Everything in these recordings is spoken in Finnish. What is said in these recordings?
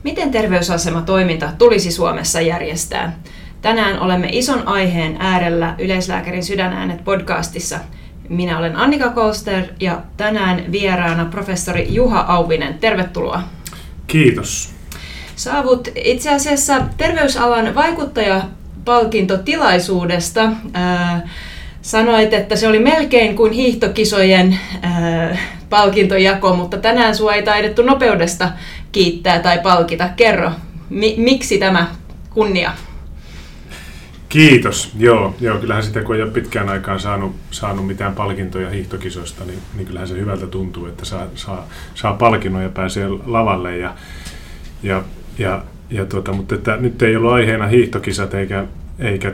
Miten terveysasematoiminta tulisi Suomessa järjestää? Tänään olemme ison aiheen äärellä Yleislääkärin Sydänäänet podcastissa. Minä olen Annika Kolster ja tänään vieraana professori Juha Auvinen. Tervetuloa. Kiitos. Saavut itse asiassa terveysalan vaikuttajapalkintotilaisuudesta. Sanoit, että se oli melkein kuin hiihtokisojen palkintojako, mutta tänään sinua ei taidettu nopeudesta kiittää tai palkita. Kerro, miksi tämä kunnia? Kiitos. Joo, kyllähän sitä kun ei ole pitkään aikaan saanut mitään palkintoja hiihtokisoista, niin kyllähän se hyvältä tuntuu, että saa palkinnon ja pääsee lavalle. Mutta että nyt ei ollut aiheena hiihtokisat eikä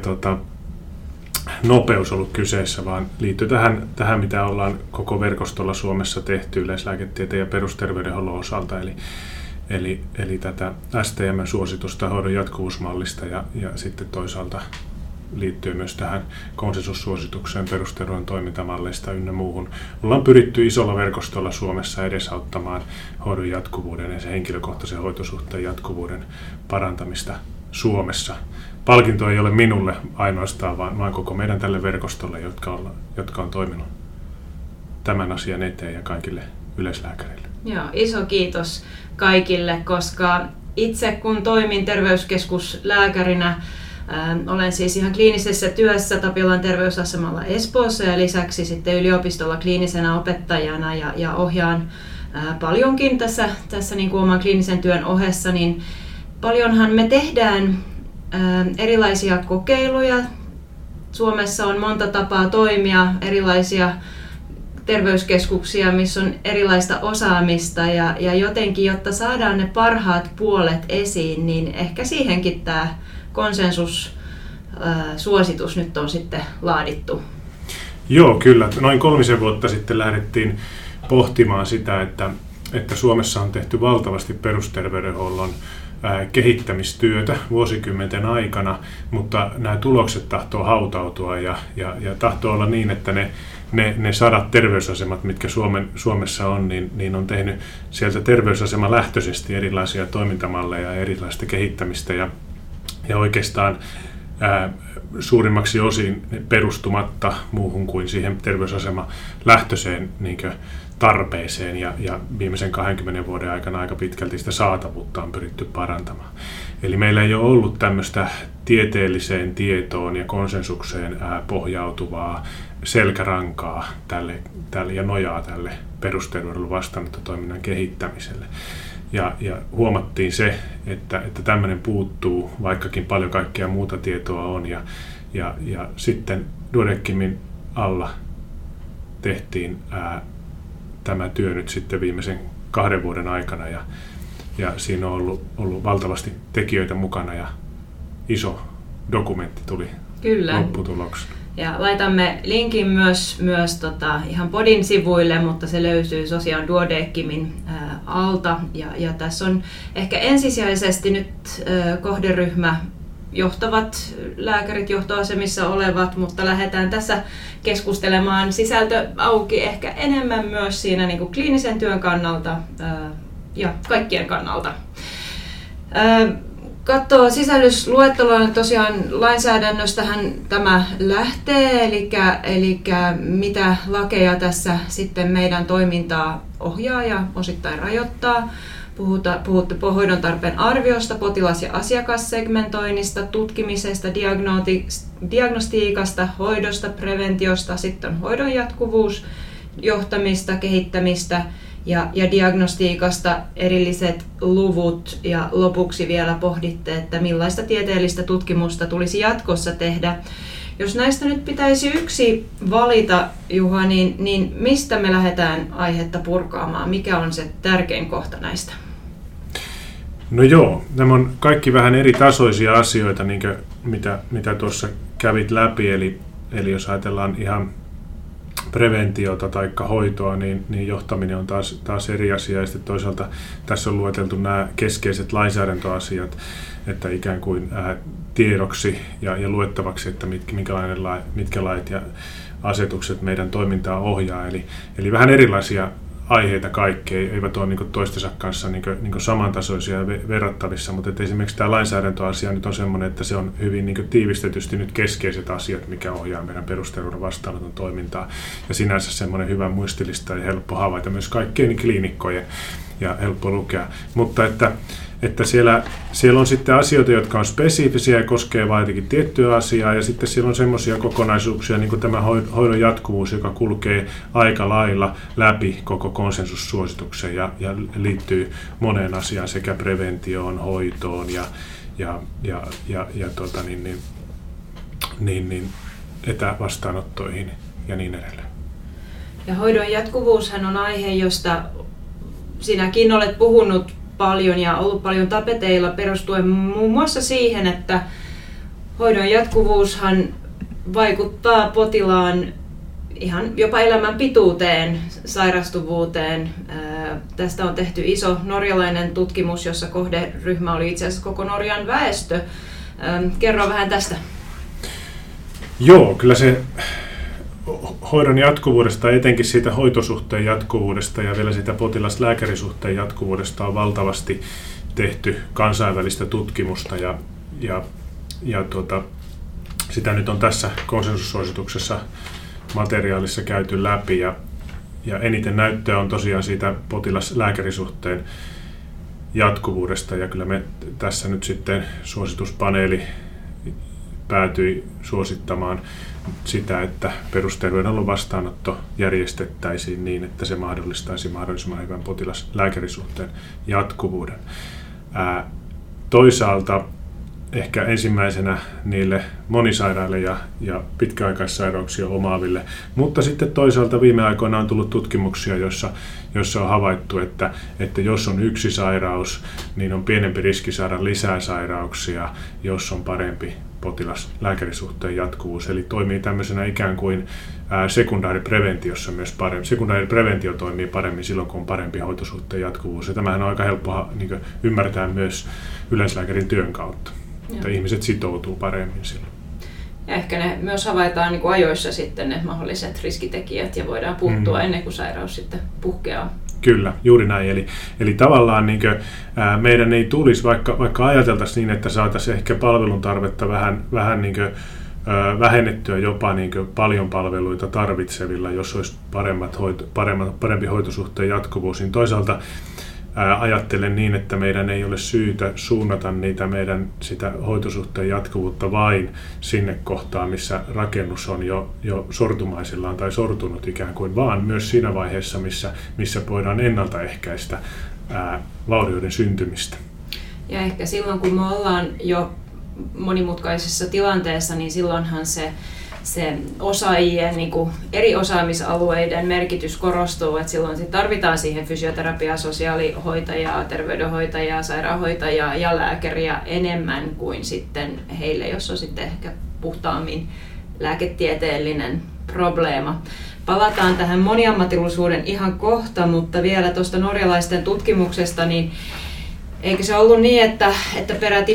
nopeus ollut kyseessä, vaan liittyy tähän, mitä ollaan koko verkostolla Suomessa tehty yleislääketieteen ja perusterveydenhuollon osalta, eli tätä STM-suositusta hoidon jatkuvuusmallista ja sitten toisaalta liittyy myös tähän konsensussuositukseen perusterveyden toimintamalleista ynnä muuhun. Ollaan pyritty isolla verkostolla Suomessa edesauttamaan hoidon jatkuvuuden ja se henkilökohtaisen hoitosuhteen jatkuvuuden parantamista Suomessa. Palkinto ei ole minulle ainoastaan, vaan koko meidän tälle verkostolle, jotka on toiminut tämän asian eteen ja kaikille yleislääkäreille. Joo, iso kiitos kaikille, koska itse kun toimin terveyskeskuslääkärinä, olen siis ihan kliinisessä työssä Tapiolan terveysasemalla Espoossa ja lisäksi sitten yliopistolla kliinisenä opettajana ja ohjaan paljonkin tässä niin kuin oman kliinisen työn ohessa, niin paljonhan me tehdään erilaisia kokeiluja. Suomessa on monta tapaa toimia, erilaisia terveyskeskuksia, missä on erilaista osaamista ja jotenkin, jotta saadaan ne parhaat puolet esiin, niin ehkä siihenkin tämä konsensussuositus nyt on sitten laadittu. Joo, kyllä. Noin 3 vuotta sitten lähdettiin pohtimaan sitä, että Suomessa on tehty valtavasti perusterveydenhuollon kehittämistyötä vuosikymmenten aikana, mutta nämä tulokset tahtoo hautautua ja tahtoo olla niin, että ne 100 terveysasemat, mitkä Suomessa on, niin on tehnyt sieltä terveyasemalähtöisesti erilaisia toimintamalleja ja erilaista kehittämistä ja oikeastaan suurimmaksi osin perustumatta muuhun kuin siihen terveysasemalähtöiseen tarpeeseen ja viimeisen 20 vuoden aikana aika pitkälti sitä saatavuutta on pyritty parantamaan. Eli meillä ei ole ollut tämmöistä tieteelliseen tietoon ja konsensukseen pohjautuvaa selkärankaa tälle ja nojaa tälle perusterveydenhuollon vastaanottotoiminnan kehittämiselle. Ja huomattiin se, että tämmöinen puuttuu, vaikkakin paljon kaikkea muuta tietoa on. Ja sitten Duodecimin alla tehtiin tämä työ nyt sitten viimeisen 2 vuoden aikana. Ja siinä on ollut valtavasti tekijöitä mukana ja iso dokumentti tuli lopputuloksena. Ja laitamme linkin myös ihan podin sivuille, mutta se löytyy tosiaan Duodecimin alta. Ja tässä on ehkä ensisijaisesti nyt kohderyhmä johtavat lääkärit, johtoasemissa olevat, mutta lähdetään tässä keskustelemaan sisältö auki ehkä enemmän myös siinä niin kuin kliinisen työn kannalta ja kaikkien kannalta. Katsoo sisällysluetteloa, tosiaan lainsäädännöstähän tämä lähtee, eli mitä lakeja tässä sitten meidän toimintaa ohjaa ja osittain rajoittaa. Puhuttu hoidon tarpeen arviosta, potilas- ja asiakassegmentoinnista, tutkimisesta, diagnostiikasta, hoidosta, preventiosta, sitten hoidon jatkuvuus, johtamista, kehittämistä ja diagnostiikasta erilliset luvut ja lopuksi vielä pohditte, että millaista tieteellistä tutkimusta tulisi jatkossa tehdä. Jos näistä nyt pitäisi yksi valita, Juha, niin mistä me lähdetään aihetta purkaamaan? Mikä on se tärkein kohta näistä? No joo, nämä on kaikki vähän eri tasoisia asioita, niin kuin mitä tuossa kävit läpi. Eli jos ajatellaan ihan preventiota tai hoitoa, niin johtaminen on taas eri asia. Ja sitten toisaalta tässä on lueteltu nämä keskeiset lainsäädäntöasiat, että ikään kuin tiedoksi ja luettavaksi, että mitkä lait ja asetukset meidän toimintaa ohjaa. Eli vähän erilaisia aiheita kaikki, eivät ole niin toistensa kanssa niin samantasoisia ja verrattavissa, mutta esimerkiksi tämä lainsäädäntöasia nyt on sellainen, että se on hyvin niin tiivistetysti nyt keskeiset asiat, mikä ohjaa meidän perusterveyden vastaanoton toimintaa. Ja sinänsä semmoinen hyvä muistilista ja helppo havaita myös kaikkien kliinikkojen ja helppo lukea. Mutta että siellä on sitten asioita, jotka on spesifisiä ja koskee vain jotenkin tiettyä asiaa, ja sitten siellä on semmoisia kokonaisuuksia, niin kuin tämä hoidon jatkuvuus, joka kulkee aika lailla läpi koko konsensussuosituksen ja liittyy moneen asiaan, sekä preventioon, hoitoon etävastaanottoihin ja niin edelleen. Ja hoidon jatkuvuushan on aihe, josta sinäkin olet puhunut paljon ja ollut paljon tapeteilla perustuen muun muassa siihen, että hoidon jatkuvuushan vaikuttaa potilaan ihan jopa elämän pituuteen, sairastuvuuteen. Tästä on tehty iso norjalainen tutkimus, jossa kohderyhmä oli itse asiassa koko Norjan väestö. Kerro vähän tästä. Joo, kyllä se hoidon jatkuvuudesta, etenkin siitä hoitosuhteen jatkuvuudesta ja vielä siitä potilas-lääkärisuhteen jatkuvuudesta on valtavasti tehty kansainvälistä tutkimusta ja sitä nyt on tässä konsensussuosituksessa materiaalissa käyty läpi ja eniten näyttöä on tosiaan siitä potilas-lääkärisuhteen jatkuvuudesta ja kyllä me tässä nyt sitten suosituspaneeli päätyi suosittamaan sitä, että perusterveydenhuollon vastaanotto järjestettäisiin niin, että se mahdollistaisi mahdollisimman hyvän potilas-lääkärisuhteen jatkuvuuden. Toisaalta ehkä ensimmäisenä niille monisairaille ja pitkäaikaissairauksia omaaville, mutta sitten toisaalta viime aikoina on tullut tutkimuksia, joissa on havaittu, että jos on yksi sairaus, niin on pienempi riski saada lisää sairauksia, jos on parempi potilas-lääkärisuhteen jatkuvuus, eli toimii tämmöisenä ikään kuin sekundaaripreventiossa myös paremmin. Sekundaaripreventio toimii paremmin silloin, kun on parempi hoitosuhteen jatkuvuus, ja tämähän on aika helppo ymmärtää myös yleislääkärin työn kautta, että ihmiset sitoutuu paremmin silloin. Ja ehkä ne myös havaitaan niin kuin ajoissa sitten ne mahdolliset riskitekijät ja voidaan puuttua ennen kuin sairaus sitten puhkeaa. Kyllä, juuri näin. Eli tavallaan niin kuin, meidän ei tulisi, vaikka ajateltaisiin niin, että saataisiin ehkä palveluntarvetta vähän niin kuin, vähennettyä jopa niin kuin paljon palveluita tarvitsevilla, jos olisi parempi hoitosuhteen jatkuvuus, niin toisaalta ajattelen niin, että meidän ei ole syytä suunnata niitä sitä hoitosuhteen jatkuvuutta vain sinne kohtaan, missä rakennus on jo sortumaisillaan tai sortunut ikään kuin, vaan myös siinä vaiheessa, missä voidaan ennaltaehkäistä vaurioiden syntymistä. Ja ehkä silloin, kun me ollaan jo monimutkaisessa tilanteessa, niin silloinhan se osaajien niin kuin eri osaamisalueiden merkitys korostuu, että silloin tarvitaan siihen fysioterapiaa, sosiaalihoitajaa, terveydenhoitajaa, sairaanhoitajaa ja lääkäriä enemmän kuin sitten heille, jos on sitten ehkä puhtaammin lääketieteellinen probleema. Palataan tähän moniammatillisuuden ihan kohta, mutta vielä tuosta norjalaisten tutkimuksesta, niin eikö se ollut niin, että peräti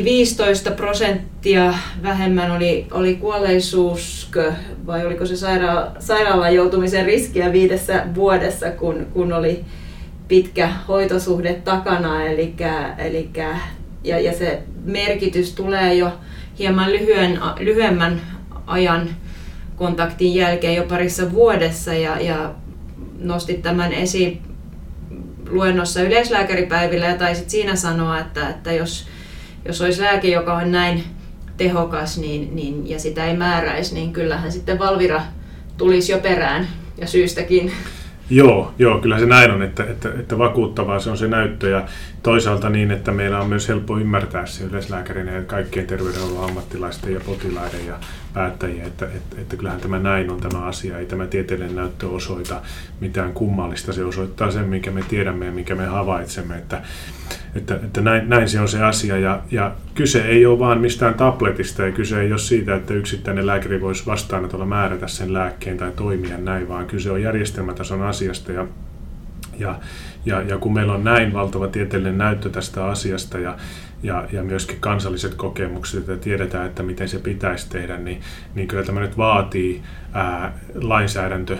15% vähemmän oli kuolleisuus, vai oliko se sairaalaan joutumisen riskiä 5 vuodessa, kun oli pitkä hoitosuhde takana, ja se merkitys tulee jo hieman lyhyemmän ajan kontaktin jälkeen jo parissa vuodessa, ja nostit tämän esiin luennossa yleislääkäripäivillä ja taisit siinä sanoa, että jos olisi lääke, joka on näin tehokas ja sitä ei määräisi, niin kyllähän sitten Valvira tulisi jo perään ja syystäkin. Joo, kyllä se näin on, että vakuuttavaa se on se näyttö ja toisaalta niin, että meillä on myös helppo ymmärtää se yleislääkärinä ja kaikkien terveydenhuollon ammattilaisten ja potilaiden ja päättäjien, että kyllähän tämä näin on tämä asia, ei tämä tieteellinen näyttö osoita mitään kummallista, se osoittaa sen, minkä me tiedämme ja minkä me havaitsemme, että näin se on se asia ja kyse ei ole vaan mistään tabletista ja kyse ei ole siitä, että yksittäinen lääkäri voisi vastaanotolla määrätä sen lääkkeen tai toimia näin, vaan kyse on järjestelmätason asiasta ja kun meillä on näin valtava tieteellinen näyttö tästä asiasta ja myöskin kansalliset kokemukset ja tiedetään, että miten se pitäisi tehdä, niin kyllä tämä nyt vaatii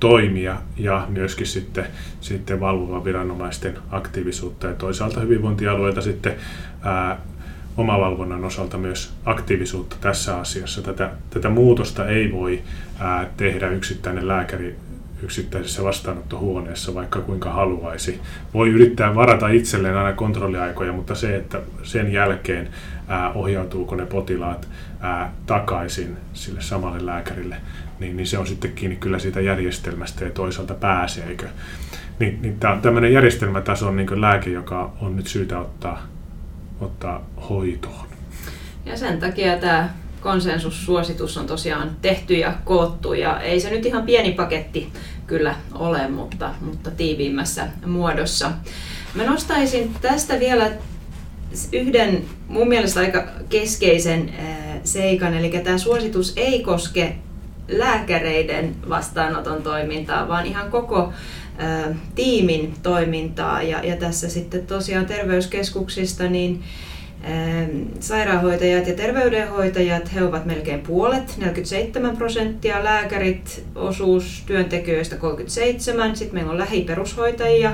toimia ja myöskin sitten valvovan viranomaisten aktiivisuutta ja toisaalta hyvinvointialueilta sitten omavalvonnan osalta myös aktiivisuutta tässä asiassa. Tätä muutosta ei voi tehdä yksittäinen lääkäri yksittäisessä vastaanottohuoneessa, vaikka kuinka haluaisi. Voi yrittää varata itselleen aina kontrolliaikoja, mutta se, että sen jälkeen ohjautuuko ne potilaat takaisin sille samalle lääkärille, niin se on sitten kiinni kyllä siitä järjestelmästä ja toisaalta pääseekö. Niin tämä on tämmöinen järjestelmätason niin lääke, joka on nyt syytä ottaa hoitoon. Ja sen takia tämä konsensussuositus on tosiaan tehty ja koottu, ja ei se nyt ihan pieni paketti kyllä ole, mutta tiiviimmässä muodossa. Mä nostaisin tästä vielä yhden mun mielestä aika keskeisen seikan, eli tämä suositus ei koske lääkäreiden vastaanoton toimintaa, vaan ihan koko tiimin toimintaa, ja tässä sitten tosiaan terveyskeskuksista niin sairaanhoitajat ja terveydenhoitajat, he ovat melkein puolet, 47%, lääkärit osuus työntekijöistä 37%, sitten meillä on lähiperushoitajia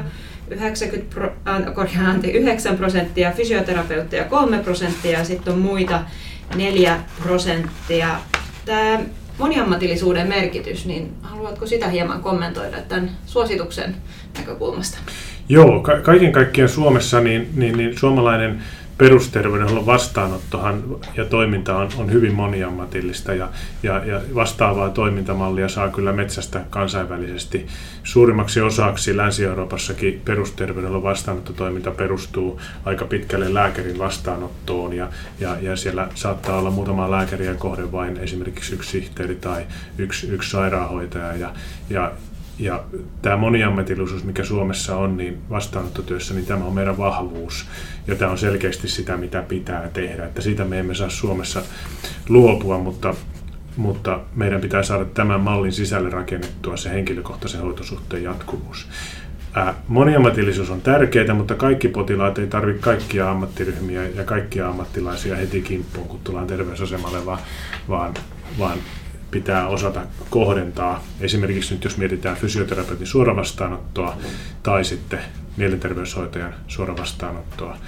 9%, fysioterapeutteja 3% ja sitten on muita 4%. Tämä moniammatillisuuden merkitys, niin haluatko sitä hieman kommentoida tämän suosituksen näkökulmasta? Joo, kaiken kaikkiaan Suomessa niin suomalainen perusterveydenhuollon vastaanottohan ja toiminta on hyvin moniammatillista ja vastaavaa toimintamallia saa kyllä metsästä kansainvälisesti. Suurimmaksi osaksi Länsi-Euroopassakin perusterveydenhuollon vastaanottotoiminta perustuu aika pitkälle lääkärin vastaanottoon ja siellä saattaa olla muutama lääkäriä kohde vain esimerkiksi yksi sihteeri tai yksi sairaanhoitaja ja tämä moniammatillisuus, mikä Suomessa on niin vastaanottotyössä, niin tämä on meidän vahvuus. Ja tämä on selkeästi sitä, mitä pitää tehdä. Että siitä me emme saa Suomessa luopua, mutta meidän pitää saada tämän mallin sisälle rakennettua se henkilökohtaisen hoitosuhteen jatkuvuus. Moniammatillisuus on tärkeää, mutta kaikki potilaat ei tarvitse kaikkia ammattiryhmiä ja kaikkia ammattilaisia heti kimppuun, kun tullaan terveysasemalle, vaan pitää osata kohdentaa. Esimerkiksi nyt jos mietitään fysioterapeutin suoravastaanottoa tai sitten mielenterveyshoitajan suoravastaanottoa,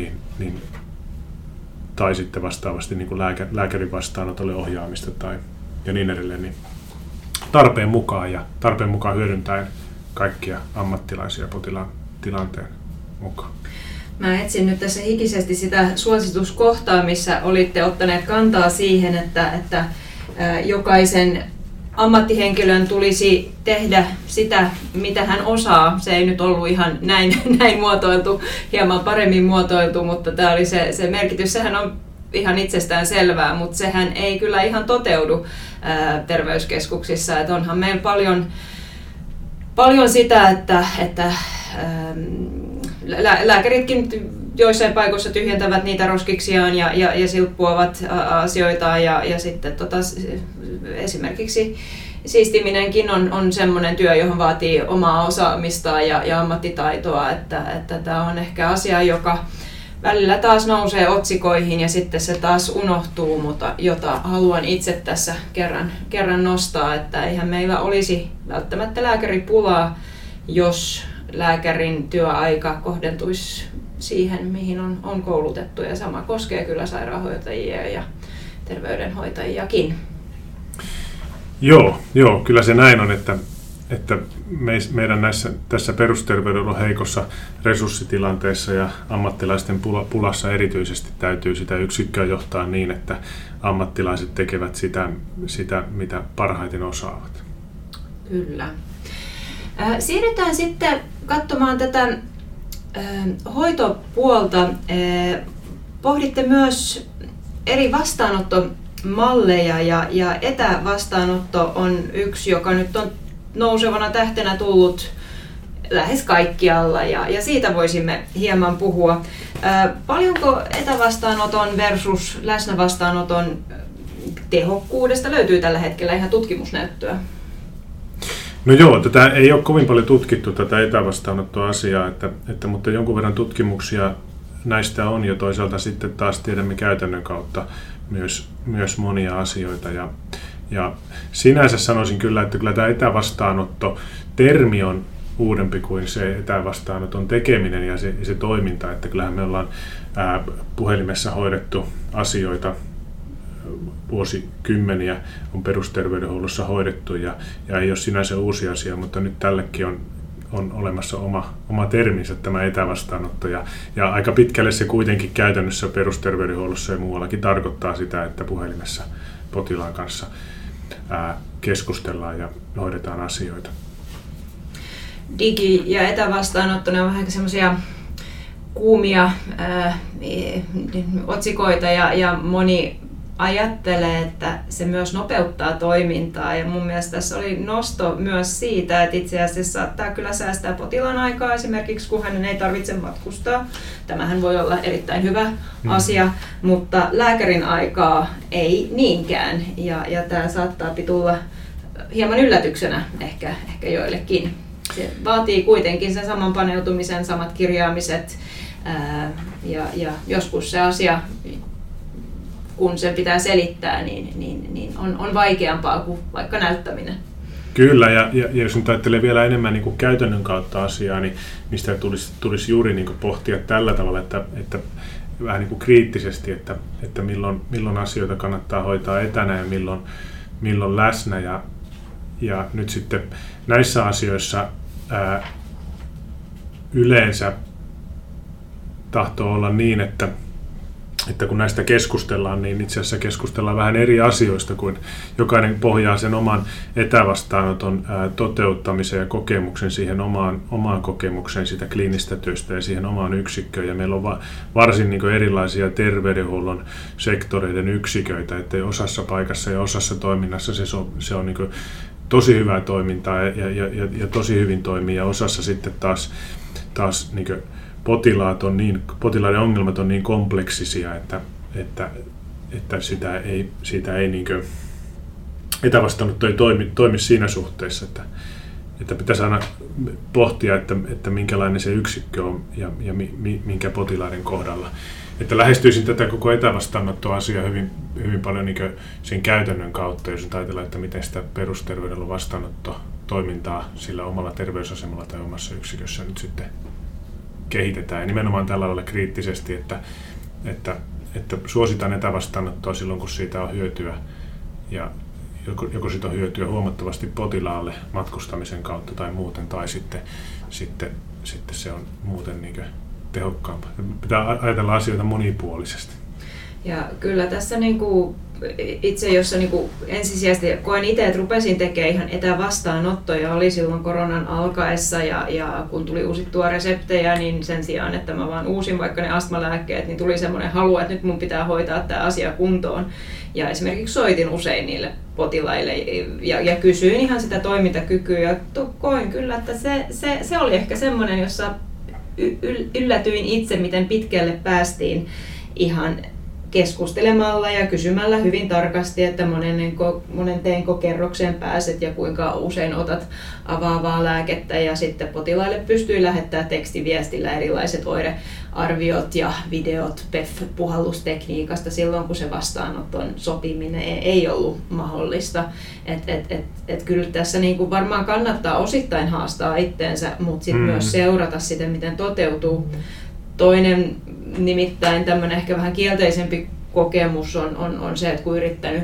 tai sitten vastaavasti niin kuin lääkärin vastaanotolle ohjaamista ja niin edelleen, niin tarpeen mukaan hyödyntäen kaikkia ammattilaisia potilaan tilanteen mukaan. Mä etsin nyt tässä hikisesti sitä suosituskohtaa, missä olitte ottaneet kantaa siihen, että jokaisen ammattihenkilön tulisi tehdä sitä, mitä hän osaa. Se ei nyt ollut ihan näin muotoiltu, hieman paremmin muotoiltu, mutta tämä oli se merkitys. Sehän on ihan itsestään selvää, mutta sehän ei kyllä ihan toteudu terveyskeskuksissa. Että onhan meillä paljon sitä, että lääkäritkin joissain paikoissa tyhjentävät niitä roskiksiaan ja silppuavat asioita ja sitten esimerkiksi siistiminenkin on semmoinen työ, johon vaatii omaa osaamista ja ammattitaitoa, että tämä on ehkä asia, joka välillä taas nousee otsikoihin ja sitten se taas unohtuu, mutta jota haluan itse tässä kerran nostaa, että eihän meillä olisi välttämättä lääkäripulaa, jos lääkärin työaika kohdentuisi siihen, mihin on koulutettu, ja sama koskee kyllä sairaanhoitajia ja terveydenhoitajiakin. Joo, kyllä se näin on, että meidän tässä perusterveydenhuollon heikossa resurssitilanteessa ja ammattilaisten pulassa erityisesti täytyy sitä yksikköä johtaa niin, että ammattilaiset tekevät sitä mitä parhaiten osaavat. Kyllä. Siirrytään sitten katsomaan tätä hoitopuolta. Pohditte myös eri vastaanottomalleja ja etävastaanotto on yksi, joka nyt on nousevana tähtenä tullut lähes kaikkialla ja siitä voisimme hieman puhua. Paljonko etävastaanoton versus läsnävastaanoton tehokkuudesta löytyy tällä hetkellä ihan tutkimusnäyttöä? No joo, tätä ei ole kovin paljon tutkittu tätä etävastaanottoasiaa, mutta jonkun verran tutkimuksia näistä on ja toisaalta sitten taas tiedämme käytännön kautta myös monia asioita. Ja sinänsä sanoisin kyllä, että kyllä tämä etävastaanotto termi on uudempi kuin se etävastaanoton tekeminen ja se toiminta, että kyllähän me ollaan puhelimessa hoidettu asioita vuosikymmeniä on perusterveydenhuollossa hoidettu ja ei ole sinänsä uusi asia, mutta nyt tällekin on olemassa oma terminsä tämä etävastaanotto ja aika pitkälle se kuitenkin käytännössä perusterveydenhuollossa ja muuallakin tarkoittaa sitä, että puhelimessa potilaan kanssa keskustellaan ja hoidetaan asioita. Digi- ja etävastaanotto, ne on vähän semmoisia kuumia otsikoita ja moni ajattelee, että se myös nopeuttaa toimintaa ja mun mielestä tässä oli nosto myös siitä, että itse asiassa saattaa kyllä säästää potilaan aikaa esimerkiksi, kun hänen ei tarvitse matkustaa. Tämähän voi olla erittäin hyvä asia, mutta lääkärin aikaa ei niinkään ja tämä saattaa tulla hieman yllätyksenä ehkä joillekin. Se vaatii kuitenkin sen saman paneutumisen, samat kirjaamiset ja joskus se asia, kun sen pitää selittää, niin on vaikeampaa kuin vaikka näyttäminen. Kyllä, ja jos nyt ajattelee vielä enemmän niin kuin käytännön kautta asiaa, niin mistä tulisi juuri niin kuin pohtia tällä tavalla, että vähän niin kuin kriittisesti, että milloin asioita kannattaa hoitaa etänä ja milloin läsnä. Ja nyt sitten näissä asioissa yleensä tahtoo olla niin, että kun näistä keskustellaan, niin itse asiassa keskustellaan vähän eri asioista, kuin jokainen pohjaa sen oman etävastaanoton toteuttamiseen ja kokemuksen siihen omaan kokemukseen sitä kliinistä työstä ja siihen omaan yksikköön. Ja meillä on varsin niin kuin erilaisia terveydenhuollon sektoreiden yksiköitä, että osassa paikassa ja osassa toiminnassa se on niin kuin tosi hyvää toimintaa ja tosi hyvin toimii, ja osassa sitten taas niin kuin potilaiden ongelmat on niin kompleksisia, että siitä ei niin kuin etävastaanotto ei toimi siinä suhteessa, että pitäisi aina pohtia, että minkälainen se yksikkö on ja minkä potilaiden kohdalla. Että lähestyisin tätä koko etävastaanottoasiaa hyvin paljon niin kuin sen käytännön kautta, jos ajatellaan, että miten sitä perusterveydenhuollon vastaanottotoimintaa sillä omalla terveysasemalla tai omassa yksikössä nyt sitten kehitetään. Ja nimenomaan tällä lailla kriittisesti, että suositaan etävastaanottoa silloin, kun siitä on hyötyä. Ja joko siitä on hyötyä huomattavasti potilaalle matkustamisen kautta tai muuten, tai sitten se on muuten niin kuin tehokkaampaa. Pitää ajatella asioita monipuolisesti. Ja kyllä tässä niinku itse, jossa niinku ensisijaisesti koen itse, että rupesin tekemään ihan etävastaanottoja, oli silloin koronan alkaessa ja kun tuli uusittua reseptejä, niin sen sijaan, että mä vaan uusin vaikka ne astmalääkkeet, niin tuli semmoinen halu, että nyt mun pitää hoitaa tämä asia kuntoon. Ja esimerkiksi soitin usein niille potilaille ja kysyin ihan sitä toimintakykyä ja koin kyllä, että se oli ehkä semmoinen, jossa yllätyin itse, miten pitkälle päästiin ihan keskustelemalla ja kysymällä hyvin tarkasti, että monenteenko kerrokseen pääset ja kuinka usein otat avaavaa lääkettä, ja sitten potilaille pystyi lähettämään tekstiviestillä erilaiset oirearviot ja videot PEF-puhallustekniikasta silloin, kun se vastaanoton sopiminen ei ollut mahdollista. Et kyllä tässä niin kuin varmaan kannattaa osittain haastaa itteensä, mutta sitten myös seurata sitä, miten toteutuu. Toinen nimittäin tämmöinen ehkä vähän kielteisempi kokemus on se, että kun yrittänyt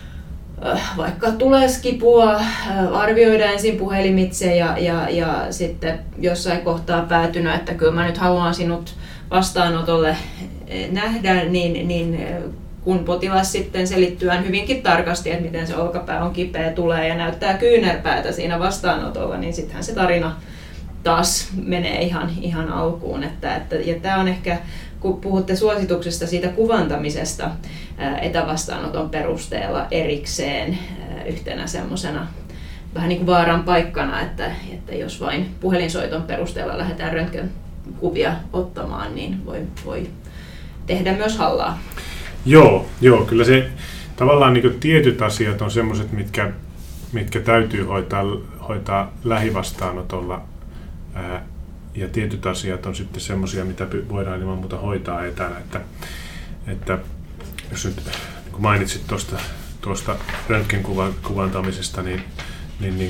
vaikka tulee kipua, arvioida ensin puhelimitse ja sitten jossain kohtaa päätynyt, että kyllä mä nyt haluan sinut vastaanotolle nähdä, niin kun potilas sitten selittyään hyvinkin tarkasti, että miten se olkapää on kipeä, tulee ja näyttää kyynärpäätä siinä vastaanotolla, niin sittenhän se tarina taas menee ihan alkuun. Ja tämä on ehkä, kun puhutte suosituksesta siitä kuvantamisesta etävastaanoton perusteella erikseen yhtenä semmoisena vähän niin kuin vaaran paikkana, että jos vain puhelinsoiton perusteella lähdetään röntgenkuvia ottamaan, niin voi tehdä myös hallaa. Joo, kyllä se tavallaan niin kuin tietyt asiat on semmoiset, mitkä täytyy hoitaa lähivastaanotolla. Ja tietyt asiat on sitten semmoisia, mitä voidaan ilman muuta hoitaa etänä. Että jos nyt niin kuin mainitsit tuosta röntgenkuvantamisesta, niin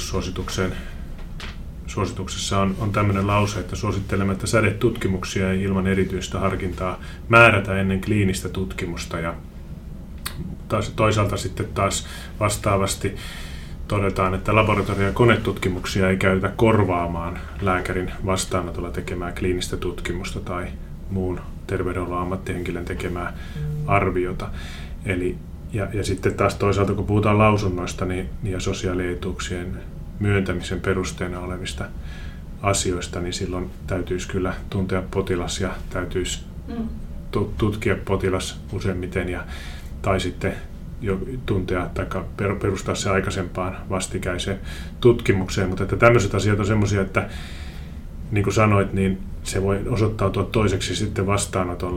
konsensussuosituksessa on tämmöinen lause, että suosittelematta sädetutkimuksia ei ilman erityistä harkintaa määrätä ennen kliinistä tutkimusta. Ja toisaalta sitten taas vastaavasti todetaan, että laboratorio- ja konetutkimuksia ei käytetä korvaamaan lääkärin vastaanotolla tekemää kliinistä tutkimusta tai muun terveydenhuollon ammattihenkilön tekemää arviota. Eli, ja sitten taas toisaalta, kun puhutaan lausunnoista ja sosiaalietuuksien myöntämisen perusteena olevista asioista, niin silloin täytyisi kyllä tuntea potilas ja täytyisi tutkia potilas useimmiten tai sitten jo tuntea tai perustaa se aikaisempaan vastikäiseen tutkimukseen. Mutta että tämmöiset asiat on semmoisia, että niin kuin sanoit, niin se voi osoittautua toiseksi sitten vastaanotolla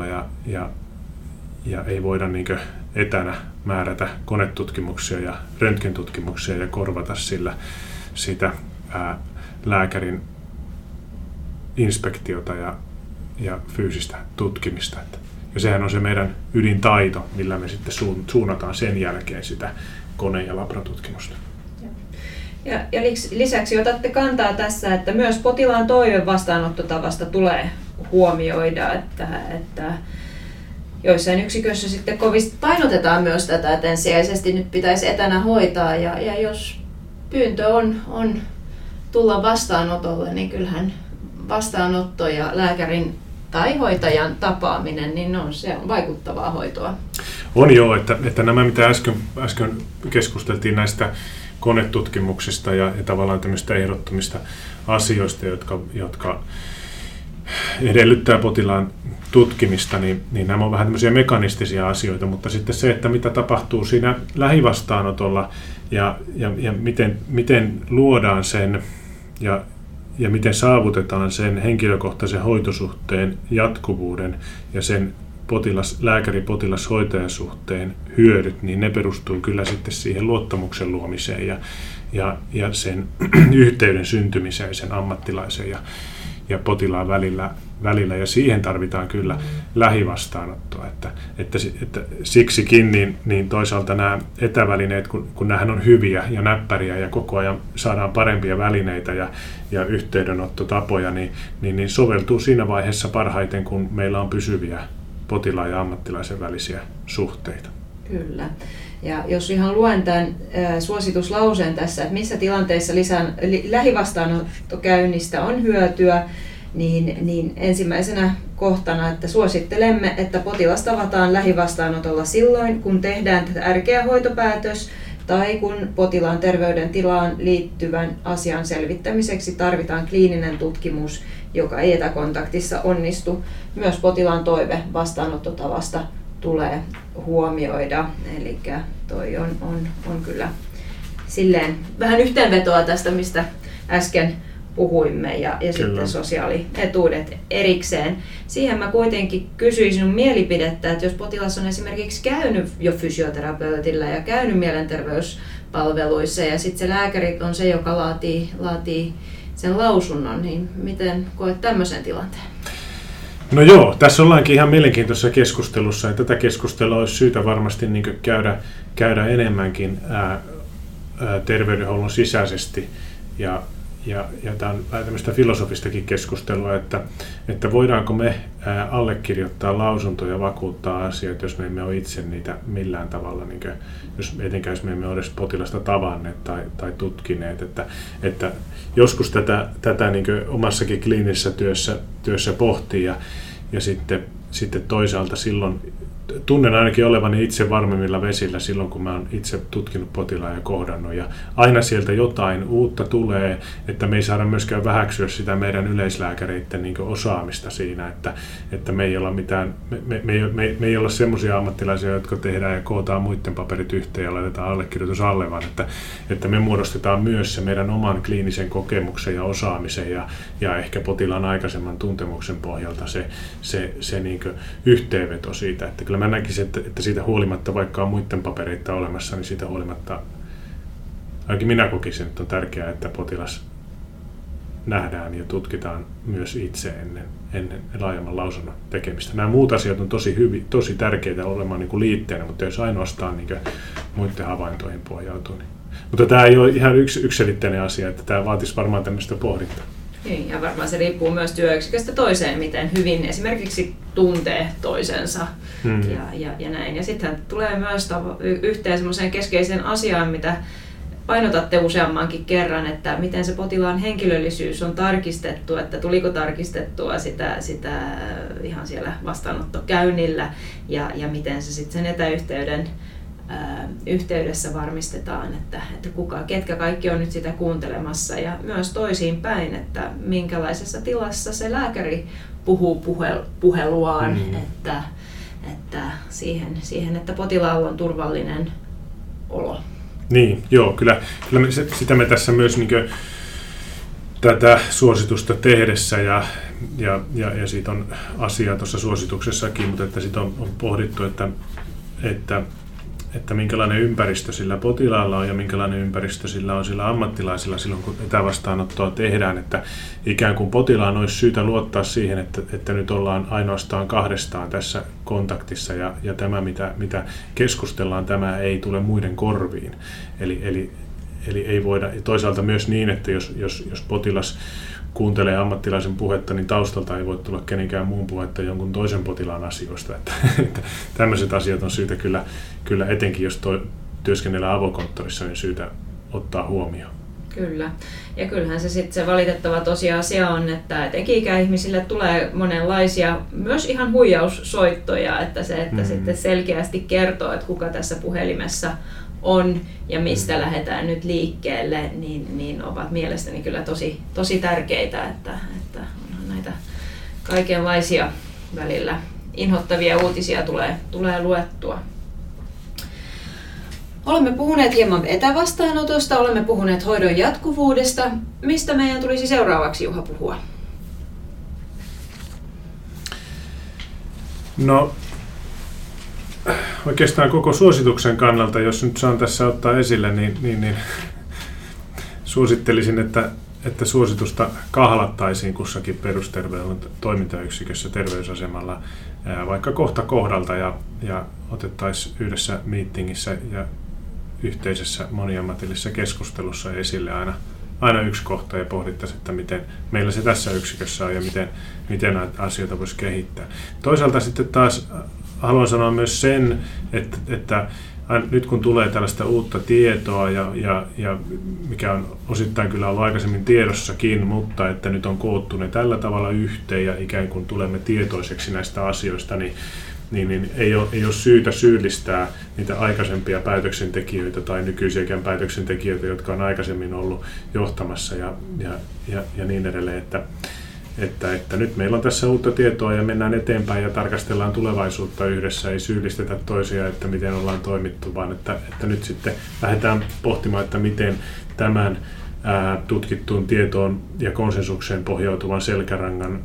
ja ei voida niin kuin etänä määrätä konetutkimuksia ja röntgentutkimuksia ja korvata sillä sitä lääkärin inspektiota ja fyysistä tutkimista. Ja sehän on se meidän ydintaito, millä me sitten suunnataan sen jälkeen sitä kone- ja labratutkimusta. Ja lisäksi otatte kantaa tässä, että myös potilaan toive vastaanottotavasta tulee huomioida, että joissain yksiköissä sitten kovasti painotetaan myös tätä, että ensisijaisesti nyt pitäisi etänä hoitaa ja jos pyyntö on tulla vastaanotolle, niin kyllähän vastaanotto ja lääkärin tai hoitajan tapaaminen, niin se on vaikuttavaa hoitoa. On joo, että nämä mitä äsken keskusteltiin näistä konetutkimuksista ja tavallaan tämmöistä ehdottomista asioista, jotka edellyttää potilaan tutkimista, niin nämä on vähän tämmöisiä mekanistisia asioita, mutta sitten se, että mitä tapahtuu siinä lähivastaanotolla ja miten luodaan sen ja miten saavutetaan sen henkilökohtaisen hoitosuhteen jatkuvuuden ja sen lääkäri-potilas-hoitajasuhteen hyödyt, niin ne perustuu kyllä sitten siihen luottamuksen luomiseen ja sen yhteyden syntymiseen sen ammattilaisen ja potilaan välillä. Ja siihen tarvitaan kyllä lähivastaanottoa. Että siksikin niin toisaalta nämä etävälineet, kun nämähän on hyviä ja näppäriä ja koko ajan saadaan parempia välineitä ja yhteydenottotapoja, niin soveltuu siinä vaiheessa parhaiten, kun meillä on pysyviä potilaan ja ammattilaisen välisiä suhteita. Kyllä. Ja jos ihan luen tämän suosituslauseen tässä, että missä tilanteissa lähivastaanottokäynnistä on hyötyä, niin ensimmäisenä kohtana, että suosittelemme, että potilas tavataan lähivastaanotolla silloin, kun tehdään tärkeä hoitopäätös tai kun potilaan terveydentilaan liittyvän asian selvittämiseksi tarvitaan kliininen tutkimus, joka ei etäkontaktissa onnistu. Myös potilaan toive vastaanottotavasta tulee huomioida. Eli toi on kyllä silleen vähän yhteenvetoa tästä, mistä äsken puhuimme ja sitten sosiaalietuudet erikseen. Siihen mä kuitenkin kysyisin sinun mielipidettä, että jos potilas on esimerkiksi käynyt jo fysioterapeutilla ja käynyt mielenterveyspalveluissa ja sitten se lääkäri on se, joka laatii sen lausunnon, niin miten koet tämmöisen tilanteen? No joo, tässä ollaankin ihan mielenkiintoisessa keskustelussa ja tätä keskustelua olisi syytä varmasti niin käydä enemmänkin terveydenhuollon sisäisesti ja tämä on tämmöistä filosofistakin keskustelua, että voidaanko me allekirjoittaa lausuntoja ja vakuuttaa asioita, jos me emme ole itse niitä millään tavalla, etenkään jos me emme ole edes potilasta tavanneet tai tutkineet. Että joskus tätä niin omassakin kliinisessä työssä pohtii ja sitten toisaalta silloin tunnen ainakin olevani itse varmemmilla vesillä silloin, kun mä oon itse tutkinut potilaan ja kohdannut. Ja aina sieltä jotain uutta tulee, että me ei saada myöskään vähäksyä sitä meidän yleislääkäreiden niin osaamista siinä, että me ei olla mitään, me ei olla semmoisia ammattilaisia, jotka tehdään ja kootaan muiden paperit yhteen ja laitetaan allekirjoitus alle, vaan että me muodostetaan myös se meidän oman kliinisen kokemuksen ja osaamisen ja ehkä potilaan aikaisemman tuntemuksen pohjalta se niin yhteenveto siitä, että kyllä mä näkisin, että siitä huolimatta, vaikka on muiden papereita olemassa, niin siitä huolimatta ainakin minä kokisin, että on tärkeää, että potilas nähdään ja tutkitaan myös itse ennen laajemman lausunnon tekemistä. Nämä muut asiat on tosi tärkeitä olemaan niin kuin liitteenä, mutta jos ainoastaan niin kuin muiden havaintoihin pohjautuu. Niin. Mutta tämä ei ole ihan yksiselitteinen asia, että tämä vaatisi varmaan tämmöistä pohdintaa. Niin, ja varmaan se riippuu myös työyksiköstä toiseen, miten hyvin esimerkiksi tuntee toisensa ja näin. Ja sitten tulee myös yhteen semmoiseen keskeiseen asiaan, mitä painotatte useammankin kerran, että miten se potilaan henkilöllisyys on tarkistettu, että tuliko tarkistettua sitä ihan siellä vastaanottokäynnillä ja miten se sitten sen etäyhteyden yhteydessä varmistetaan, että ketkä kaikki on nyt sitä kuuntelemassa ja myös toisinpäin, että minkälaisessa tilassa se lääkäri puhuu puheluaan, että siihen, että potilaalla on turvallinen olo. Niin, joo, kyllä sitä me tässä myös niin kuin tätä suositusta tehdessä ja siitä on asiaa tuossa suosituksessakin, mutta että sitä on pohdittu, että minkälainen ympäristö sillä potilaalla on ja minkälainen ympäristö sillä on sillä ammattilaisilla silloin, kun etävastaanottoa tehdään, että ikään kuin potilaan olisi syytä luottaa siihen, että nyt ollaan ainoastaan kahdestaan tässä kontaktissa ja tämä, mitä keskustellaan, tämä ei tule muiden korviin. Eli ei voida, toisaalta myös niin, että jos potilas kuuntelee ammattilaisen puhetta, niin taustalta ei voi tulla kenenkään muun puhetta jonkun toisen potilaan asioista. Että tämmöiset asiat on syytä kyllä etenkin, jos työskennellään avokonttorissa, niin syytä ottaa huomioon. Kyllä. Ja kyllähän se sitten se valitettava tosiasia on, että etenkin ikäihmisille tulee monenlaisia, myös ihan huijaussoittoja, että sitten selkeästi kertoo, että kuka tässä puhelimessa on ja mistä lähdetään nyt liikkeelle, niin ovat mielestäni kyllä tosi tärkeitä, että onhan näitä kaikenlaisia välillä inhottavia uutisia tulee luettua. Olemme puhuneet hieman etävastaanotosta, olemme puhuneet hoidon jatkuvuudesta. Mistä meidän tulisi seuraavaksi, Juha, puhua? No, oikeastaan koko suosituksen kannalta, jos nyt saan tässä ottaa esille, niin suosittelisin, että suositusta kahlattaisiin kussakin perusterveydenhuollon toimintayksikössä terveysasemalla vaikka kohta kohdalta ja otettaisiin yhdessä meetingissä ja yhteisessä moniammatillisessa keskustelussa esille aina yksi kohta ja pohdittaisiin, että miten meillä se tässä yksikössä on ja miten näitä asioita voisi kehittää. Toisaalta sitten taas haluan sanoa myös sen, että nyt kun tulee tällaista uutta tietoa ja mikä on osittain kyllä ollut aikaisemmin tiedossakin, mutta että nyt on koottu ne tällä tavalla yhteen ja ikään kuin tulemme tietoiseksi näistä asioista, niin ei ole syytä syyllistää niitä aikaisempia päätöksentekijöitä tai nykyisiäkään päätöksentekijöitä, jotka on aikaisemmin ollut johtamassa ja niin edelleen, että nyt meillä on tässä uutta tietoa ja mennään eteenpäin ja tarkastellaan tulevaisuutta yhdessä, ei syyllistetä toisia, että miten ollaan toimittu, vaan että nyt sitten lähdetään pohtimaan, että miten tämän tutkittuun tietoon ja konsensukseen pohjautuvan selkärangan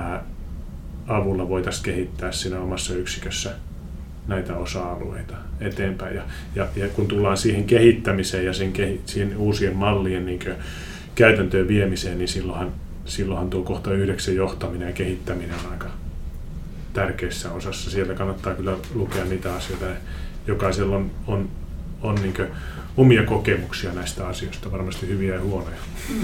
avulla voitaisiin kehittää siinä omassa yksikössä näitä osa-alueita eteenpäin. Ja kun tullaan siihen kehittämiseen ja siihen uusien mallien niin käytäntöön viemiseen, niin silloinhan tuo kohta 9 johtaminen ja kehittäminen on aika tärkeässä osassa. Sieltä kannattaa kyllä lukea niitä asioita. Jokaisella on niin omia kokemuksia näistä asioista, varmasti hyviä ja huonoja.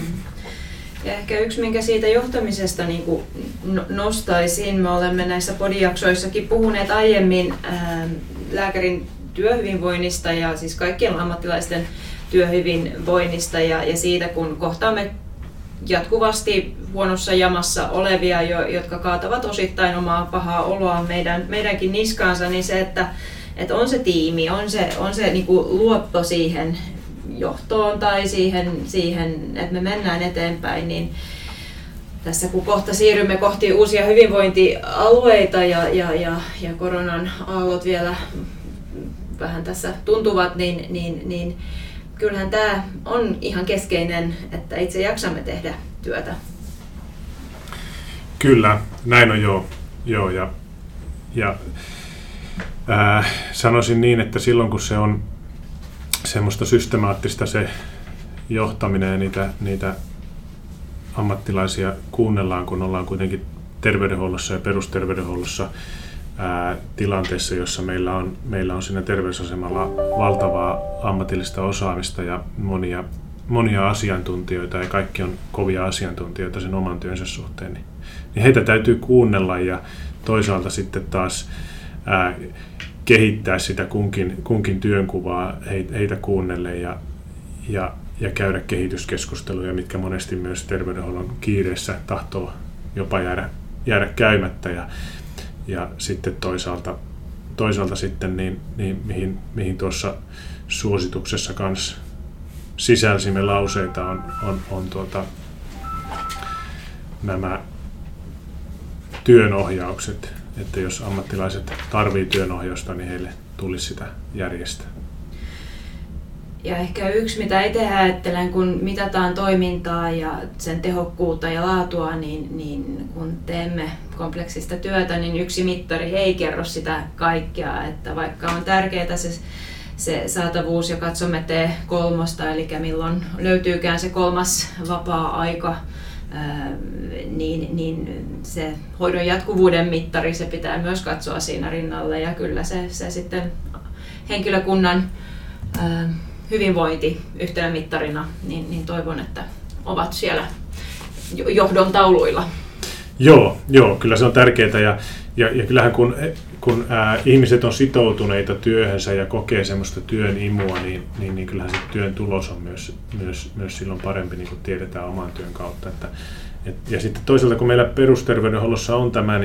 Ja ehkä yksi, minkä siitä johtamisesta niin kuin nostaisin, me olemme näissä podijaksoissakin puhuneet aiemmin lääkärin työhyvinvoinnista ja siis kaikkien ammattilaisten työhyvinvoinnista ja siitä, kun kohtaamme jatkuvasti huonossa jamassa olevia, jotka kaatavat osittain omaa pahaa oloa meidänkin niskaansa, niin se, että on se tiimi, on se niin kuin luotto siihen johtoon tai siihen, että me mennään eteenpäin, niin tässä kun kohta siirrymme kohti uusia hyvinvointialueita ja koronan aallot vielä vähän tässä tuntuvat, niin kyllähän tämä on ihan keskeinen, että itse jaksamme tehdä työtä. Kyllä, näin on joo ja sanoisin niin, että silloin kun se on semmoista systemaattista se johtaminen ja niitä ammattilaisia kuunnellaan, kun ollaan kuitenkin terveydenhuollossa ja perusterveydenhuollossa tilanteessa, jossa meillä on siinä terveysasemalla valtavaa ammatillista osaamista ja monia asiantuntijoita, ja kaikki on kovia asiantuntijoita sen oman työnsä suhteen, niin heitä täytyy kuunnella ja toisaalta sitten taas kehittää sitä kunkin työnkuvaa heitä kuunnelle ja käydä kehityskeskusteluja, mitkä monesti myös terveydenhuollon kiireessä tahtoo jopa jäädä käymättä, ja sitten toisaalta sitten mihin tuossa suosituksessa kanssa sisälsimme lauseita on nämä työnohjaukset, että jos ammattilaiset tarvitsevat työnohjausta, niin heille tulisi sitä järjestää. Ja ehkä yksi, mitä itse ajattelen, kun mitataan toimintaa ja sen tehokkuutta ja laatua, niin kun teemme kompleksista työtä, niin yksi mittari ei kerro sitä kaikkea, että vaikka on tärkeää se saatavuus ja katsomme T3, eli milloin löytyykään se kolmas vapaa-aika, niin se hoidon jatkuvuuden mittari, se pitää myös katsoa siinä rinnalle, ja kyllä se sitten henkilökunnan hyvinvointi yhtenä mittarina, niin toivon, että ovat siellä johdon tauluilla. Joo, kyllä se on tärkeää, ja kyllähän kun ihmiset on sitoutuneita työhönsä ja kokee semmoista työn imua, niin kyllähän se työn tulos on myös silloin parempi, niin kuin tiedetään oman työn kautta. Ja sitten toisaalta, kun meillä perusterveydenhuollossa on tämä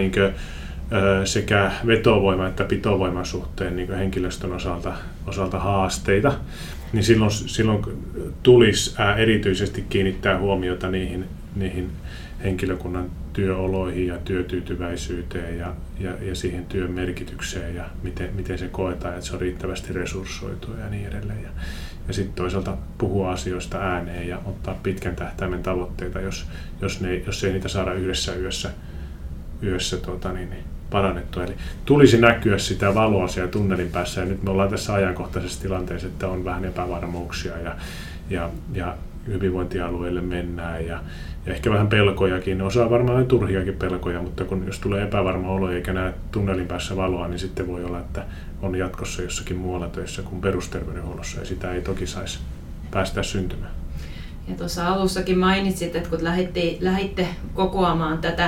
sekä vetovoima että pitovoiman suhteen niin henkilöstön osalta haasteita, niin silloin tulisi erityisesti kiinnittää huomiota niihin henkilökunnan työoloihin ja työtyytyväisyyteen ja siihen työn merkitykseen ja miten se koetaan, että se on riittävästi resurssoitua ja niin edelleen. Ja sitten toisaalta puhua asioista ääneen ja ottaa pitkän tähtäimen tavoitteita, jos ei niitä saada yhdessä yössä parannettua. Eli tulisi näkyä sitä valoa siellä tunnelin päässä, ja nyt me ollaan tässä ajankohtaisessa tilanteessa, että on vähän epävarmuuksia ja hyvinvointialueille mennään ja ehkä vähän pelkojakin, osaa varmaan turhiakin pelkoja, mutta jos tulee epävarma olo eikä näe tunnelin päässä valoa, niin sitten voi olla, että on jatkossa jossakin muualla töissä kuin perusterveydenhuollossa, ja sitä ei toki saisi päästä syntymään. Ja tuossa alussakin mainitsit, että kun lähditte kokoamaan tätä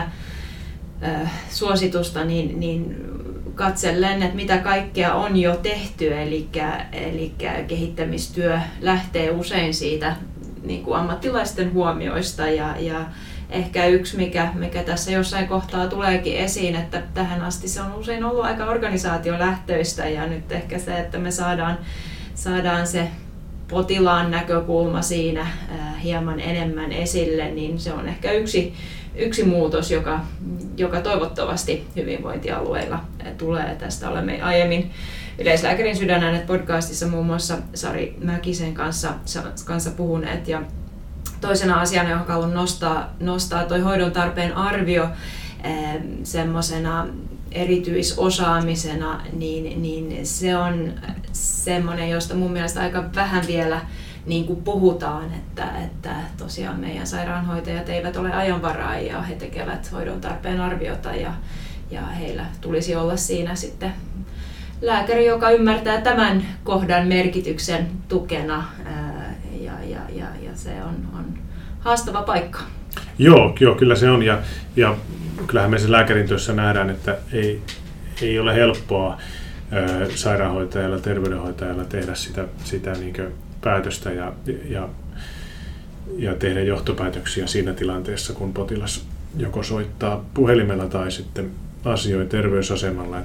suositusta, niin katsellen, että mitä kaikkea on jo tehty, eli kehittämistyö lähtee usein siitä niin kuin ammattilaisten huomioista, ja ehkä yksi, mikä tässä jossain kohtaa tuleekin esiin, että tähän asti se on usein ollut aika organisaatiolähtöistä, ja nyt ehkä se, että me saadaan se potilaan näkökulma siinä hieman enemmän esille, niin se on ehkä yksi muutos, joka toivottavasti hyvinvointialueilla tulee. Tästä olemme aiemmin Yleislääkärin sydänäänet podcastissa muun muassa Sari Mäkisen kanssa puhuneet. Ja toisena asiana, johon haluan nostaa toi hoidon tarpeen arvio semmoisena erityisosaamisena, niin se on semmoinen, josta mun mielestä aika vähän vielä niin kuin puhutaan, että tosiaan meidän sairaanhoitajat eivät ole ajanvaraajia, he tekevät hoidon tarpeen arviota, ja heillä tulisi olla siinä sitten lääkäri, joka ymmärtää tämän kohdan merkityksen tukena, ja se on haastava paikka. Joo, kyllä se on, ja kyllähän me sen lääkärin työssä nähdään, että ei ole helppoa sairaanhoitajalla, terveydenhoitajalla tehdä sitä niin kuin päätöstä ja tehdä johtopäätöksiä siinä tilanteessa, kun potilas joko soittaa puhelimella tai sitten asioi terveysasemalla.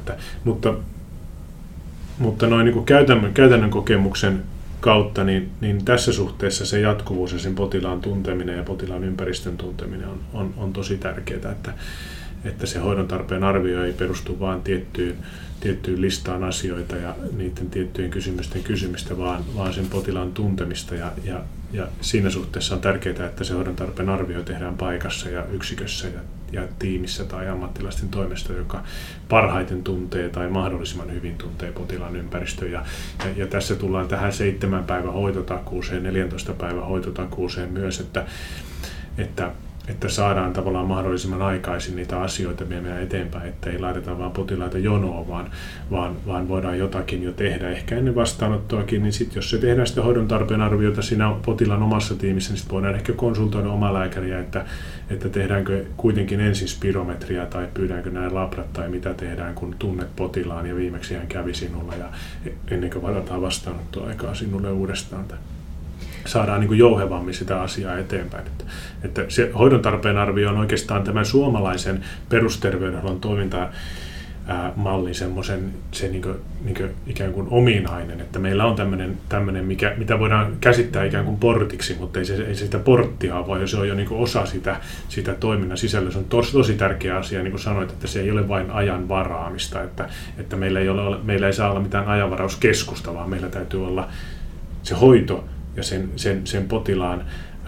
Mutta noin niin kuin käytännön kokemuksen kautta, niin tässä suhteessa se jatkuvuus ja sen potilaan tunteminen ja potilaan ympäristön tunteminen on tosi tärkeää, että se hoidon tarpeen arvio ei perustu vain tiettyyn listaan asioita ja niiden tiettyjen kysymysten kysymistä, vaan sen potilaan tuntemista, ja siinä suhteessa on tärkeää, että se hoidon tarpeen arvio tehdään paikassa ja yksikössä ja tiimissä tai ammattilaisten toimesta, joka parhaiten tuntee tai mahdollisimman hyvin tuntee potilaan ympäristön. Ja tässä tullaan tähän 7 päivän hoitotakuuseen, 14 päivän hoitotakuuseen myös, että että saadaan tavallaan mahdollisimman aikaisin niitä asioita viemään eteenpäin, että ei laiteta vaan potilaita jonoon, vaan voidaan jotakin jo tehdä ehkä ennen vastaanottoakin, niin sitten jos se tehdään sitä hoidon tarpeen arviota siinä potilaan omassa tiimissä, niin sitten voidaan ehkä konsultoida omalääkäriä, että tehdäänkö kuitenkin ensin spirometria tai pyydäänkö nämä labrat tai mitä tehdään, kun tunnet potilaan ja viimeksi hän kävi sinulla ja ennen kuin varataan vastaanottoaikaa sinulle uudestaan. Saadaan niin kuin jouhevammin sitä asiaa eteenpäin. Että se hoidon tarpeen arvio on oikeastaan tämän suomalaisen perusterveydenhuollon toimintamallin semmoisen se niin kuin ikään kuin ominainen, että meillä on tämmöinen mitä voidaan käsittää ikään kuin portiksi, mutta ei se sitä porttia, vaan se on jo niin kuin osa sitä toiminnan sisällöä. Se on tosi tärkeä asia, niin kuin sanoit, että se ei ole vain ajan varaamista, että meillä ei saa olla mitään ajanvarauskeskusta, vaan meillä täytyy olla se hoito ja sen potilaan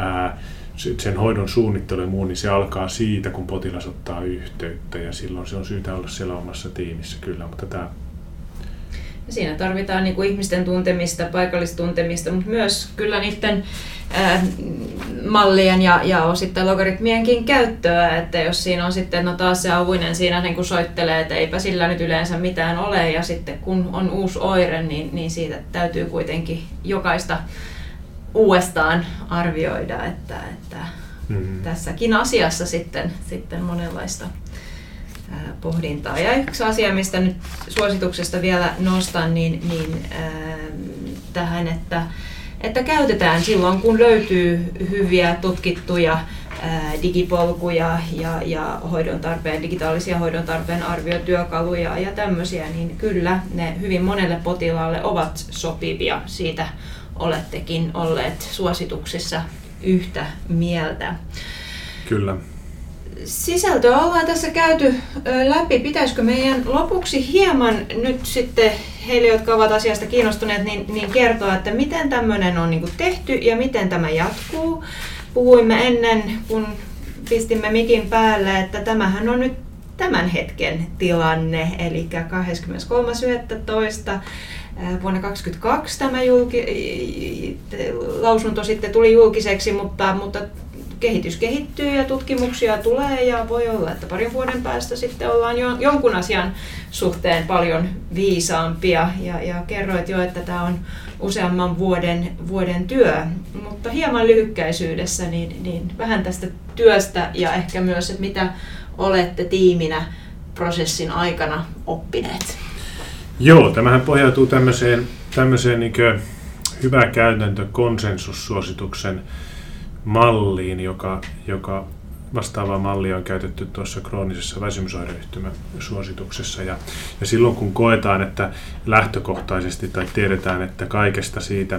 sen hoidon suunnittelu ja muu, niin se alkaa siitä, kun potilas ottaa yhteyttä ja silloin se on syytä olla siellä omassa tiimissä kyllä, mutta siinä tarvitaan niin kuin ihmisten tuntemista, paikallistuntemista, mutta myös kyllä niiden mallien ja osittain logaritmienkin käyttöä, että jos siinä on sitten taas se avuinen siinä niin kuin soittelee, että eipä sillä nyt yleensä mitään ole ja sitten kun on uusi oire, niin siitä täytyy kuitenkin jokaista uudestaan arvioida, että tässäkin asiassa sitten monenlaista pohdintaa. Ja yksi asia, mistä nyt suosituksesta vielä nostan, niin tähän, että käytetään silloin, kun löytyy hyviä tutkittuja digipolkuja ja digitaalisia hoidon tarpeen arviotyökaluja ja tämmöisiä, niin kyllä ne hyvin monelle potilaalle ovat sopivia. Siitä olettekin olleet suosituksissa yhtä mieltä. Kyllä. Sisältöä ollaan tässä käyty läpi. Pitäisikö meidän lopuksi hieman nyt sitten heille, jotka ovat asiasta kiinnostuneet, niin kertoa, että miten tämmöinen on niin kuin tehty ja miten tämä jatkuu. Puhuimme ennen, kun pistimme mikin päälle, että tämähän on nyt tämän hetken tilanne, eli 23.11. Vuonna 2022 tämä lausunto sitten tuli julkiseksi, mutta kehitys kehittyy ja tutkimuksia tulee ja voi olla, että parin vuoden päästä sitten ollaan jonkun asian suhteen paljon viisaampia ja kerroit jo, että tämä on useamman vuoden työ, mutta hieman lyhykkäisyydessä niin vähän tästä työstä ja ehkä myös, että mitä olette tiiminä prosessin aikana oppineet. Joo, tämähän pohjautuu tämmöiseen niin kuin hyvä käytäntö konsensussuosituksen malliin, joka vastaava malli on käytetty tuossa kroonisessa väsymysoireyhtymäsuosituksessa. Ja silloin kun koetaan, että lähtökohtaisesti tai tiedetään, että kaikesta siitä,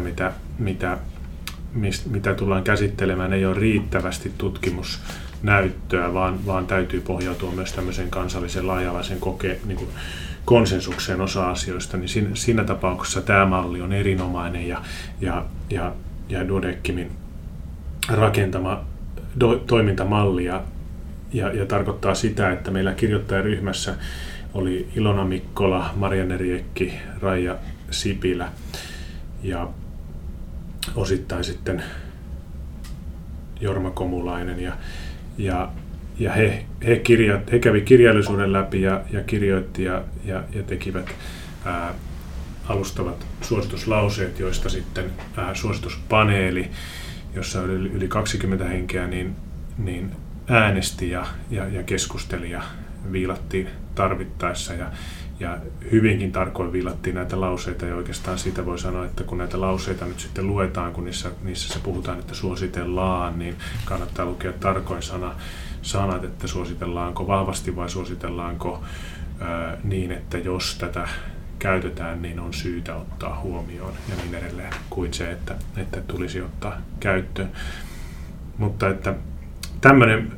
mitä tullaan käsittelemään, ei ole riittävästi tutkimusnäyttöä, vaan täytyy pohjautua myös tämmöiseen kansallisen laaja-alaisen konsensukseen osa-asioista, niin siinä tapauksessa tämä malli on erinomainen ja Duodecimin rakentama toimintamalli ja tarkoittaa sitä, että meillä kirjoittajaryhmässä oli Ilona Mikkola, Marianne Riekki, Raija Sipilä ja osittain sitten Jorma Komulainen ja he kävi kirjallisuuden läpi ja kirjoitti ja tekivät alustavat suosituslauseet, joista sitten suosituspaneeli, jossa oli yli 20 henkeä, niin äänesti ja keskusteli ja viilattiin tarvittaessa ja hyvinkin tarkoin viilattiin näitä lauseita ja oikeastaan siitä voi sanoa, että kun näitä lauseita nyt sitten luetaan, kun niissä puhutaan, että suositellaan, niin kannattaa lukea tarkoin sanat, että suositellaanko vahvasti vai suositellaanko niin, että jos tätä käytetään, niin on syytä ottaa huomioon ja niin edelleen kuin se, että tulisi ottaa käyttöön. Mutta että tämmöinen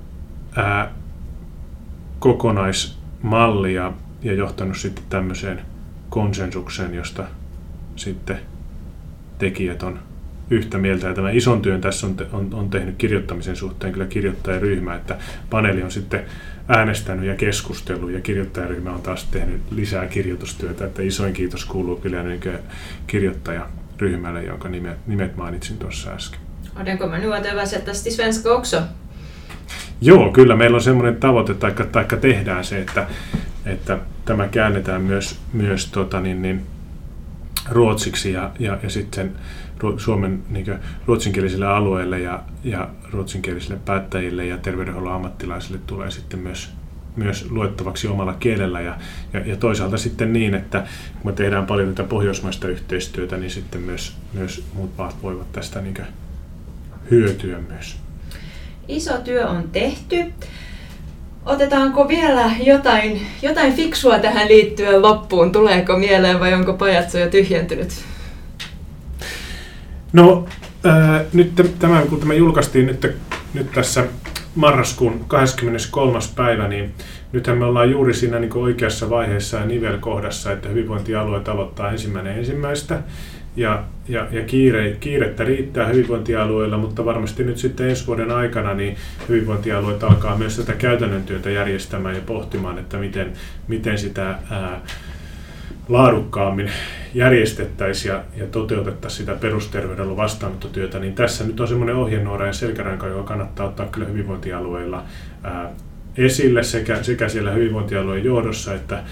kokonaismalli ja johtanut sitten tämmöiseen konsensukseen, josta sitten tekijät on yhtä mieltä. Ja tämän ison työn tässä on tehnyt kirjoittamisen suhteen kyllä kirjoittajaryhmä, että paneeli on sitten äänestänyt ja keskustellut ja kirjoittajaryhmä on taas tehnyt lisää kirjoitustyötä, että isoin kiitos kuuluu kyllä kirjoittajaryhmälle, jonka nimet mainitsin tuossa äsken. Och den kommer nu att översättas till svenska också. Joo, kyllä meillä on semmoinen tavoite, taikka tehdään se, että tämä käännetään myös ruotsiksi ja sitten Suomen ruotsinkielisille alueille ja ruotsinkielisille päättäjille ja terveydenhuollon ammattilaisille tulee sitten myös luettavaksi omalla kielellä ja toisaalta sitten niin, että kun me tehdään paljon tätä pohjoismaista yhteistyötä, niin sitten myös muut maat voivat tästä hyötyä myös. Iso työ on tehty. Otetaanko vielä jotain fiksua tähän liittyen loppuun? Tuleeko mieleen vai onko pajatso jo tyhjentynyt? No, kun tämä julkaistiin nyt tässä marraskuun 23. päivä, niin nythän me ollaan juuri siinä oikeassa vaiheessa ja nivelkohdassa, että hyvinvointialueet aloittaa 1.1. Ja kiirettä riittää hyvinvointialueilla, mutta varmasti nyt sitten ensi vuoden aikana niin hyvinvointialueet alkaa myös tätä käytännön työtä järjestämään ja pohtimaan, että miten sitä laadukkaammin järjestettäisiin ja toteutettaisiin sitä perusterveydenhuollon vastaanottotyötä, niin tässä nyt on semmoinen ohjenuora ja selkäranka, joka kannattaa ottaa kyllä hyvinvointialueilla esille sekä siellä hyvinvointialueen johdossa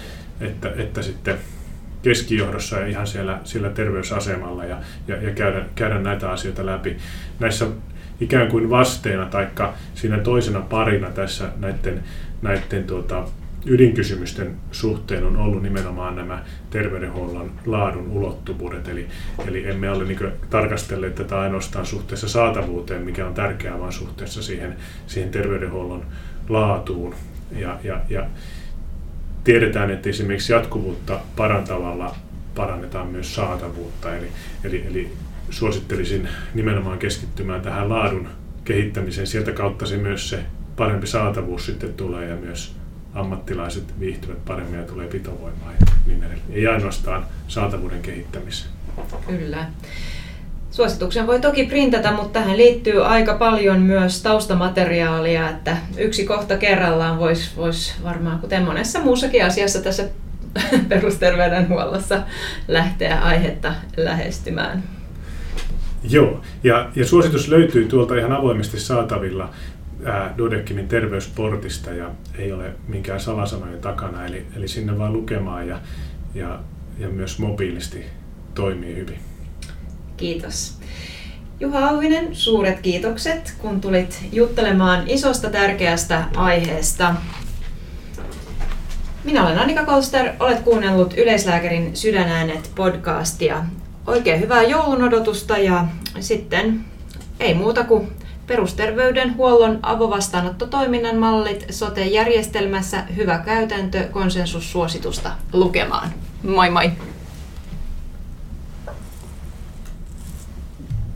että sitten keskijohdossa ja ihan siellä terveysasemalla ja käydä näitä asioita läpi. Näissä ikään kuin vasteena tai siinä toisena parina tässä näiden ydinkysymysten suhteen on ollut nimenomaan nämä terveydenhuollon laadun ulottuvuudet. Eli emme ole tarkastelleet tätä ainoastaan suhteessa saatavuuteen, mikä on tärkeää, vaan suhteessa siihen terveydenhuollon laatuun. Ja tiedetään, että esimerkiksi jatkuvuutta parantavalla parannetaan myös saatavuutta. Eli suosittelisin nimenomaan keskittymään tähän laadun kehittämiseen. Sieltä kautta myös se parempi saatavuus sitten tulee ja myös ammattilaiset viihtyvät paremmin ja tulee pitovoimaa ja niin edelleen. Ei ainoastaan saatavuuden kehittämiseen. Kyllä. Suosituksen voi toki printata, mutta tähän liittyy aika paljon myös taustamateriaalia, että yksi kohta kerrallaan voisi varmaan, kuten monessa muussakin asiassa tässä perusterveydenhuollossa, lähteä aihetta lähestymään. Joo, ja suositus löytyy tuolta ihan avoimesti saatavilla Dodekimin terveysportista ja ei ole minkään salasanojen takana, eli sinne vaan lukemaan ja myös mobiilisti toimii hyvin. Kiitos. Juha Auvinen, suuret kiitokset, kun tulit juttelemaan isosta tärkeästä aiheesta. Minä olen Annika Kolster, olet kuunnellut Yleislääkärin Sydänäänet podcastia. Oikein hyvää joulun odotusta ja sitten ei muuta kuin perusterveydenhuollon avovastaanottotoiminnan mallit sote-järjestelmässä, hyvä käytäntö, konsensussuositusta lukemaan. Moi moi!